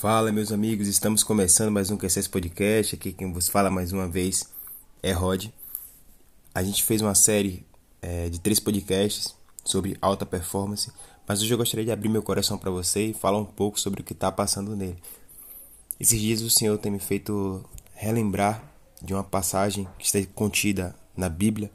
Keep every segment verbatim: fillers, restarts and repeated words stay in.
Fala, meus amigos, estamos começando mais um Q C S Podcast. Aqui quem vos fala mais uma vez é Rod. A gente fez uma série é, de três podcasts sobre alta performance, mas hoje eu gostaria de abrir meu coração para você e falar um pouco sobre o que está passando nele. Esses dias o Senhor tem me feito relembrar de uma passagem que está contida na Bíblia,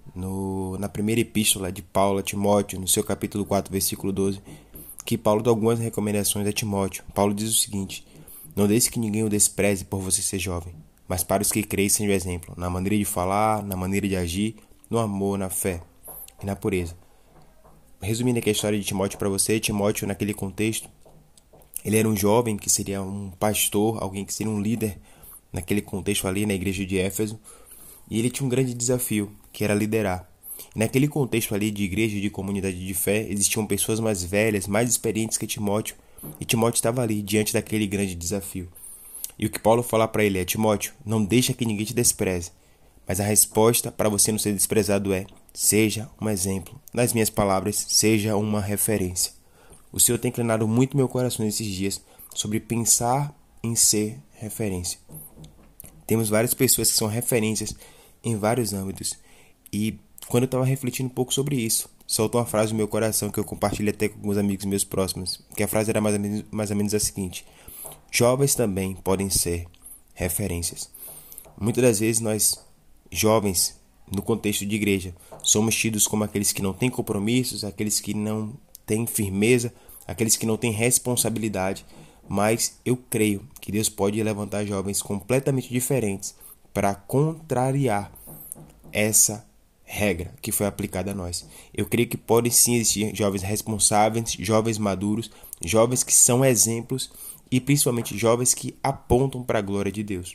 no, na primeira epístola de Paulo a Timóteo, no seu capítulo quatro, versículo doze, que Paulo dá algumas recomendações a Timóteo. Paulo diz o seguinte: não deixe que ninguém o despreze por você ser jovem, mas para os que creem seja o exemplo, na maneira de falar, na maneira de agir, no amor, na fé e na pureza. Resumindo aqui a história de Timóteo para você, Timóteo naquele contexto, ele era um jovem que seria um pastor, alguém que seria um líder naquele contexto ali na igreja de Éfeso, e ele tinha um grande desafio, que era liderar. E naquele contexto ali de igreja e de comunidade de fé, existiam pessoas mais velhas, mais experientes que Timóteo, e Timóteo estava ali, diante daquele grande desafio. E o que Paulo fala para ele é: Timóteo, não deixa que ninguém te despreze, mas a resposta para você não ser desprezado é: seja um exemplo. Nas minhas palavras, seja uma referência. O Senhor tem inclinado muito meu coração nesses dias sobre pensar em ser referência. Temos várias pessoas que são referências em vários âmbitos, e quando eu estava refletindo um pouco sobre isso, soltou uma frase no meu coração que eu compartilhei até com alguns amigos meus próximos, que a frase era mais ou menos, mais ou menos a seguinte: jovens também podem ser referências. Muitas das vezes nós, jovens, no contexto de igreja, somos tidos como aqueles que não têm compromissos, aqueles que não têm firmeza, aqueles que não têm responsabilidade, mas eu creio que Deus pode levantar jovens completamente diferentes para contrariar essa regra que foi aplicada a nós. Eu creio que podem sim existir jovens responsáveis, jovens maduros, jovens que são exemplos e principalmente jovens que apontam para a glória de Deus.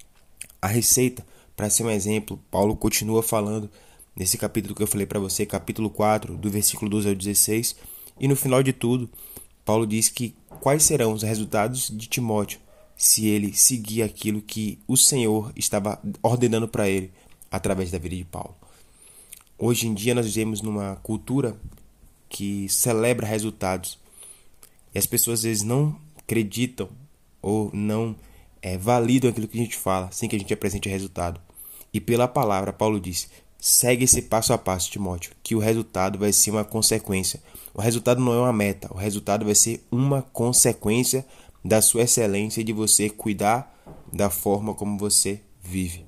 A receita para ser um exemplo, Paulo continua falando nesse capítulo que eu falei para você, capítulo quatro, do versículo doze ao dezesseis, e no final de tudo, Paulo diz que quais serão os resultados de Timóteo se ele seguir aquilo que o Senhor estava ordenando para ele através da vida de Paulo. Hoje em dia nós vivemos numa cultura que celebra resultados e as pessoas às vezes não acreditam ou não é, validam aquilo que a gente fala sem que a gente apresente o resultado. E pela palavra, Paulo diz: segue esse passo a passo, Timóteo, que o resultado vai ser uma consequência. O resultado não é uma meta, o resultado vai ser uma consequência da sua excelência e de você cuidar da forma como você vive.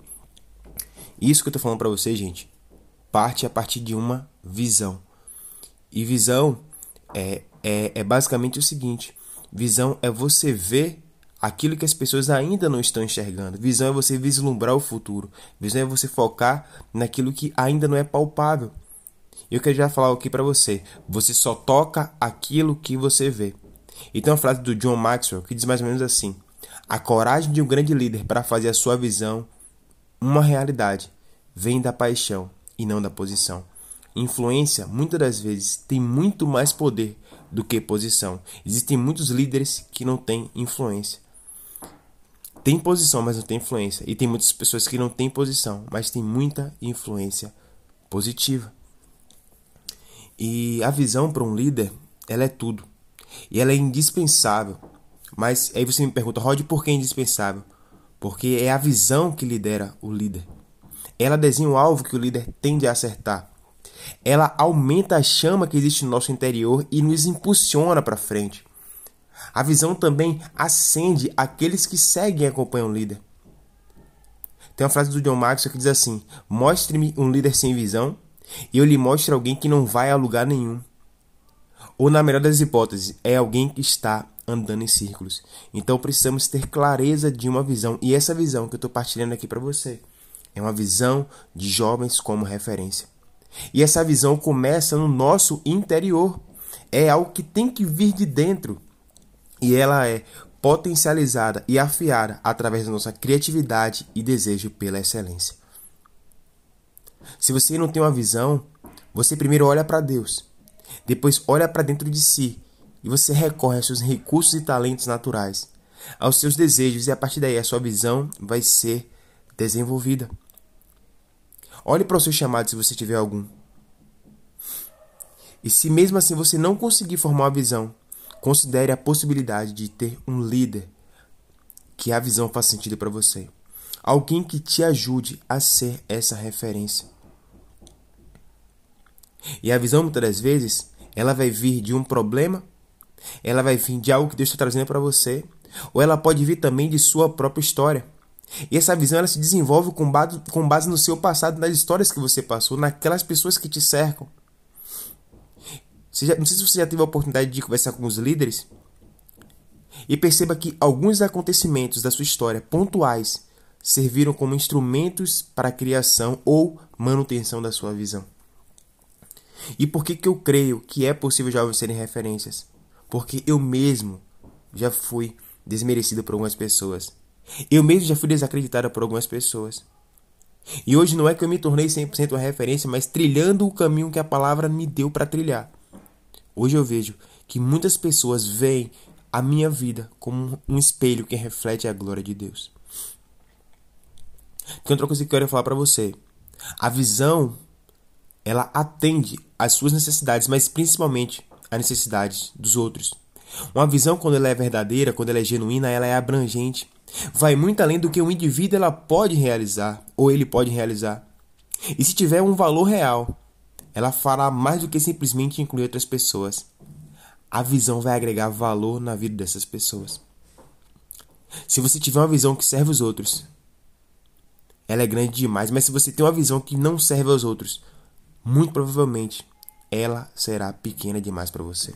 Isso que eu estou falando para você, gente, parte a partir de uma visão. E visão é, é, é basicamente o seguinte: visão é você ver aquilo que as pessoas ainda não estão enxergando. Visão é você vislumbrar o futuro. Visão é você focar naquilo que ainda não é palpável. Eu quero já falar aqui para você: você só toca aquilo que você vê. E tem uma frase do John Maxwell que diz mais ou menos assim: a coragem de um grande líder para fazer a sua visão uma realidade vem da paixão e não da posição. Influência, muitas das vezes, tem muito mais poder do que posição. Existem muitos líderes que não têm influência. Tem posição, mas não tem influência. E tem muitas pessoas que não têm posição, mas têm muita influência positiva. E a visão para um líder, ela é tudo. E ela é indispensável. Mas aí você me pergunta: Rod, por que é indispensável? Porque é a visão que lidera o líder. Ela desenha o alvo que o líder tende a acertar. Ela aumenta a chama que existe no nosso interior e nos impulsiona para frente. A visão também acende aqueles que seguem e acompanham o líder. Tem uma frase do John Maxwell que diz assim: mostre-me um líder sem visão e eu lhe mostro alguém que não vai a lugar nenhum. Ou, na melhor das hipóteses, é alguém que está andando em círculos. Então precisamos ter clareza de uma visão. E essa visão que eu estou partilhando aqui para você é uma visão de jovens como referência. E essa visão começa no nosso interior. É algo que tem que vir de dentro. E ela é potencializada e afiada através da nossa criatividade e desejo pela excelência. Se você não tem uma visão, você primeiro olha para Deus. Depois olha para dentro de si. E você recorre aos seus recursos e talentos naturais, aos seus desejos. E a partir daí a sua visão vai ser desenvolvida. Olhe para o seu chamado se você tiver algum. E se mesmo assim você não conseguir formar uma visão, considere a possibilidade de ter um líder que a visão faça sentido para você. Alguém que te ajude a ser essa referência. E a visão, muitas das vezes, ela vai vir de um problema, ela vai vir de algo que Deus está trazendo para você, ou ela pode vir também de sua própria história. E essa visão ela se desenvolve com base, com base no seu passado, nas histórias que você passou, naquelas pessoas que te cercam. Você já, não sei se você já teve a oportunidade de conversar com os líderes, e perceba que alguns acontecimentos da sua história, pontuais, serviram como instrumentos para a criação ou manutenção da sua visão. E por que, que eu creio que é possível jovens serem referências? Porque eu mesmo já fui desmerecido por algumas pessoas. Eu mesmo já fui desacreditado por algumas pessoas. E hoje não é que eu me tornei cem por cento uma referência, mas trilhando o caminho que a palavra me deu para trilhar. Hoje eu vejo que muitas pessoas veem a minha vida como um espelho que reflete a glória de Deus. Tem outra coisa que eu quero falar para você. A visão, ela atende às suas necessidades, mas principalmente às necessidades dos outros. Uma visão, quando ela é verdadeira, quando ela é genuína, ela é abrangente. Vai muito além do que um indivíduo ela pode realizar, ou ele pode realizar. E se tiver um valor real, ela fará mais do que simplesmente incluir outras pessoas. A visão vai agregar valor na vida dessas pessoas. Se você tiver uma visão que serve os outros, ela é grande demais. Mas se você tem uma visão que não serve aos outros, muito provavelmente ela será pequena demais para você.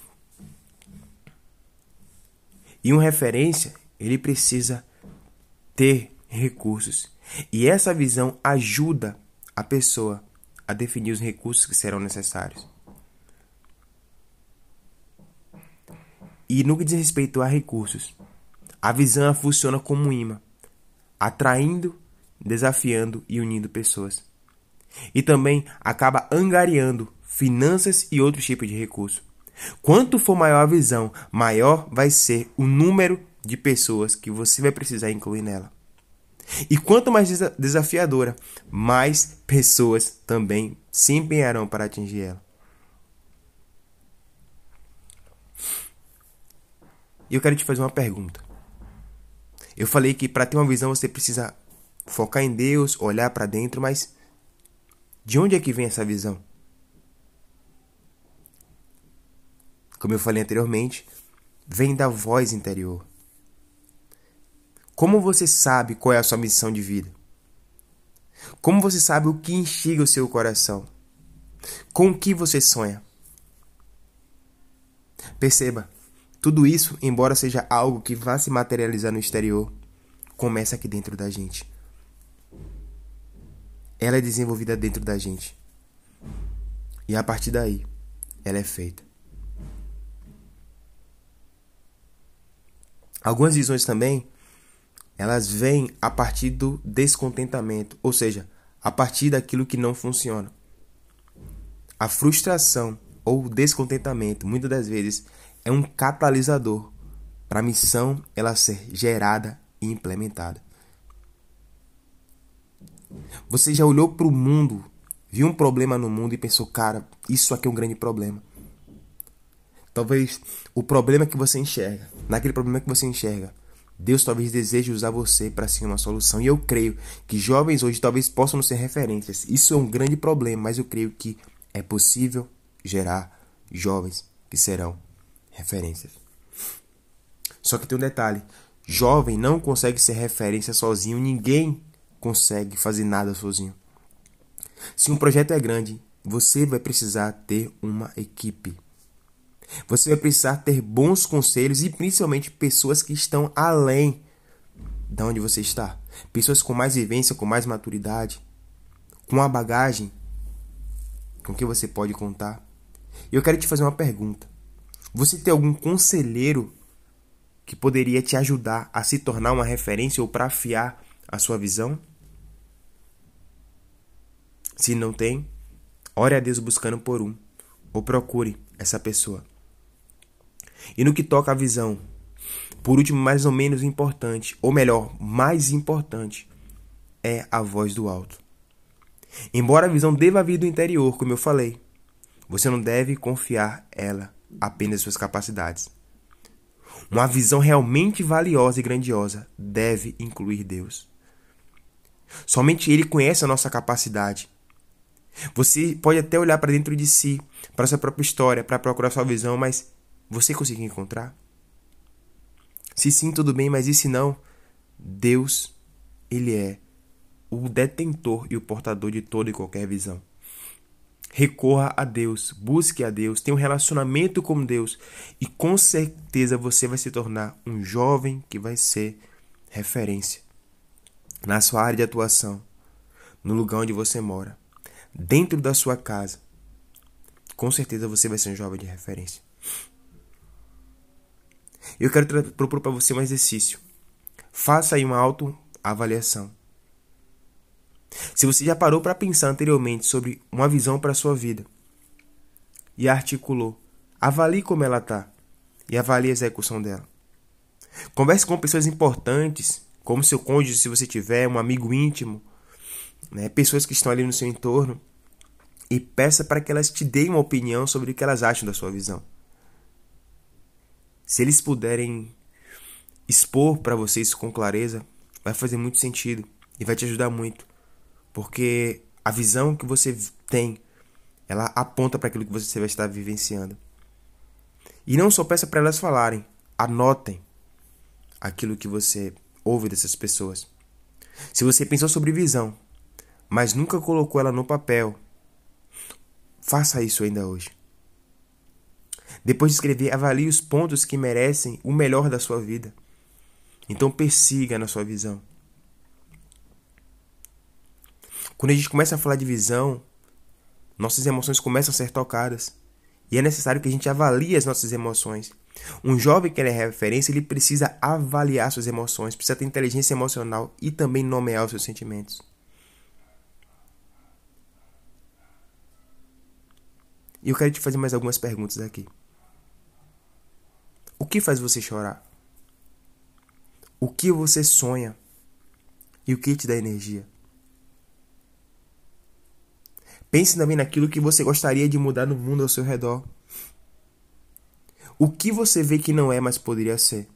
E uma referência, ele precisa ter recursos. E essa visão ajuda a pessoa a definir os recursos que serão necessários. E no que diz respeito a recursos, a visão funciona como um imã, atraindo, desafiando e unindo pessoas. E também acaba angariando finanças e outros tipos de recursos. Quanto for maior a visão, maior vai ser o número de pessoas que você vai precisar incluir nela. E quanto mais desafiadora, mais pessoas também se empenharão para atingir ela. E eu quero te fazer uma pergunta. Eu falei que para ter uma visão você precisa focar em Deus, olhar para dentro, mas de onde é que vem essa visão? Como eu falei anteriormente, vem da voz interior. Como você sabe qual é a sua missão de vida? Como você sabe o que instiga o seu coração? Com o que você sonha? Perceba, tudo isso, embora seja algo que vá se materializar no exterior, começa aqui dentro da gente. Ela é desenvolvida dentro da gente. E a partir daí, ela é feita. Algumas visões também, elas vêm a partir do descontentamento, ou seja, a partir daquilo que não funciona. A frustração ou o descontentamento, muitas das vezes, é um catalisador para a missão ela ser gerada e implementada. Você já olhou para o mundo, viu um problema no mundo e pensou, cara, isso aqui é um grande problema. Talvez o problema que você enxerga, naquele problema que você enxerga, Deus talvez deseje usar você para ser uma solução. E eu creio que jovens hoje talvez possam não ser referências. Isso é um grande problema, mas eu creio que é possível gerar jovens que serão referências. Só que tem um detalhe. Jovem não consegue ser referência sozinho. Ninguém consegue fazer nada sozinho. Se um projeto é grande, você vai precisar ter uma equipe. Você vai precisar ter bons conselhos e principalmente pessoas que estão além de onde você está. Pessoas com mais vivência, com mais maturidade, com uma bagagem com que você pode contar. E eu quero te fazer uma pergunta. Você tem algum conselheiro que poderia te ajudar a se tornar uma referência ou para afiar a sua visão? Se não tem, ore a Deus buscando por um, ou procure essa pessoa. E no que toca à visão, por último, mais ou menos importante, ou melhor, mais importante, é a voz do alto. Embora a visão deva vir do interior, como eu falei, você não deve confiar ela apenas em suas capacidades. Uma visão realmente valiosa e grandiosa deve incluir Deus. Somente Ele conhece a nossa capacidade. Você pode até olhar para dentro de si, para a sua própria história, para procurar sua visão, mas você conseguiu encontrar? Se sim, tudo bem, mas e se não? Deus, Ele é o detentor e o portador de toda e qualquer visão. Recorra a Deus, busque a Deus, tenha um relacionamento com Deus e com certeza você vai se tornar um jovem que vai ser referência na sua área de atuação, no lugar onde você mora, dentro da sua casa. Com certeza você vai ser um jovem de referência. Eu quero propor para você um exercício. Faça aí uma autoavaliação. Se você já parou para pensar anteriormente sobre uma visão para a sua vida e articulou, avalie como ela está e avalie a execução dela. Converse com pessoas importantes, como seu cônjuge, se você tiver, um amigo íntimo, né, pessoas que estão ali no seu entorno, e peça para que elas te deem uma opinião sobre o que elas acham da sua visão. Se eles puderem expor para você isso com clareza, vai fazer muito sentido e vai te ajudar muito. Porque a visão que você tem, ela aponta para aquilo que você vai estar vivenciando. E não só peça para elas falarem, anotem aquilo que você ouve dessas pessoas. Se você pensou sobre visão, mas nunca colocou ela no papel, faça isso ainda hoje. Depois de escrever, avalie os pontos que merecem o melhor da sua vida. Então persiga na sua visão. Quando a gente começa a falar de visão, nossas emoções começam a ser tocadas. E é necessário que a gente avalie as nossas emoções. Um jovem que é referência, ele precisa avaliar suas emoções, precisa ter inteligência emocional e também nomear os seus sentimentos. E eu quero te fazer mais algumas perguntas aqui. O que faz você chorar? O que você sonha? E o que te dá energia? Pense também naquilo que você gostaria de mudar no mundo ao seu redor. O que você vê que não é, mas poderia ser?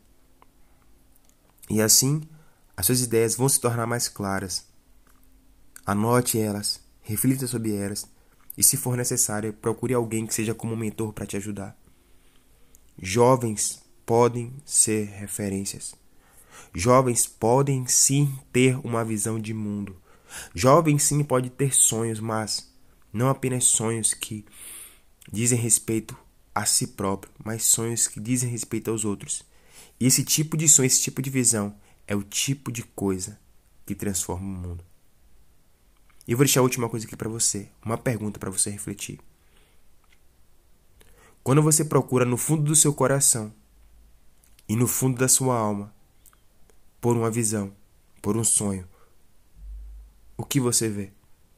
E assim, as suas ideias vão se tornar mais claras. Anote elas, reflita sobre elas e, se for necessário, procure alguém que seja como um mentor para te ajudar. Jovens podem ser referências. Jovens podem sim ter uma visão de mundo. Jovens sim podem ter sonhos, mas não apenas sonhos que dizem respeito a si próprio, mas sonhos que dizem respeito aos outros. E esse tipo de sonho, esse tipo de visão é o tipo de coisa que transforma o mundo. E eu vou deixar a última coisa aqui para você, uma pergunta para você refletir. Quando você procura no fundo do seu coração e no fundo da sua alma por uma visão, por um sonho, o que você vê?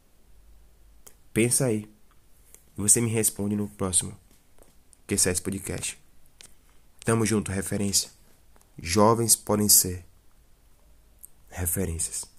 Pensa aí e você me responde no próximo Q C S Podcast. Tamo junto, referência. Jovens podem ser referências.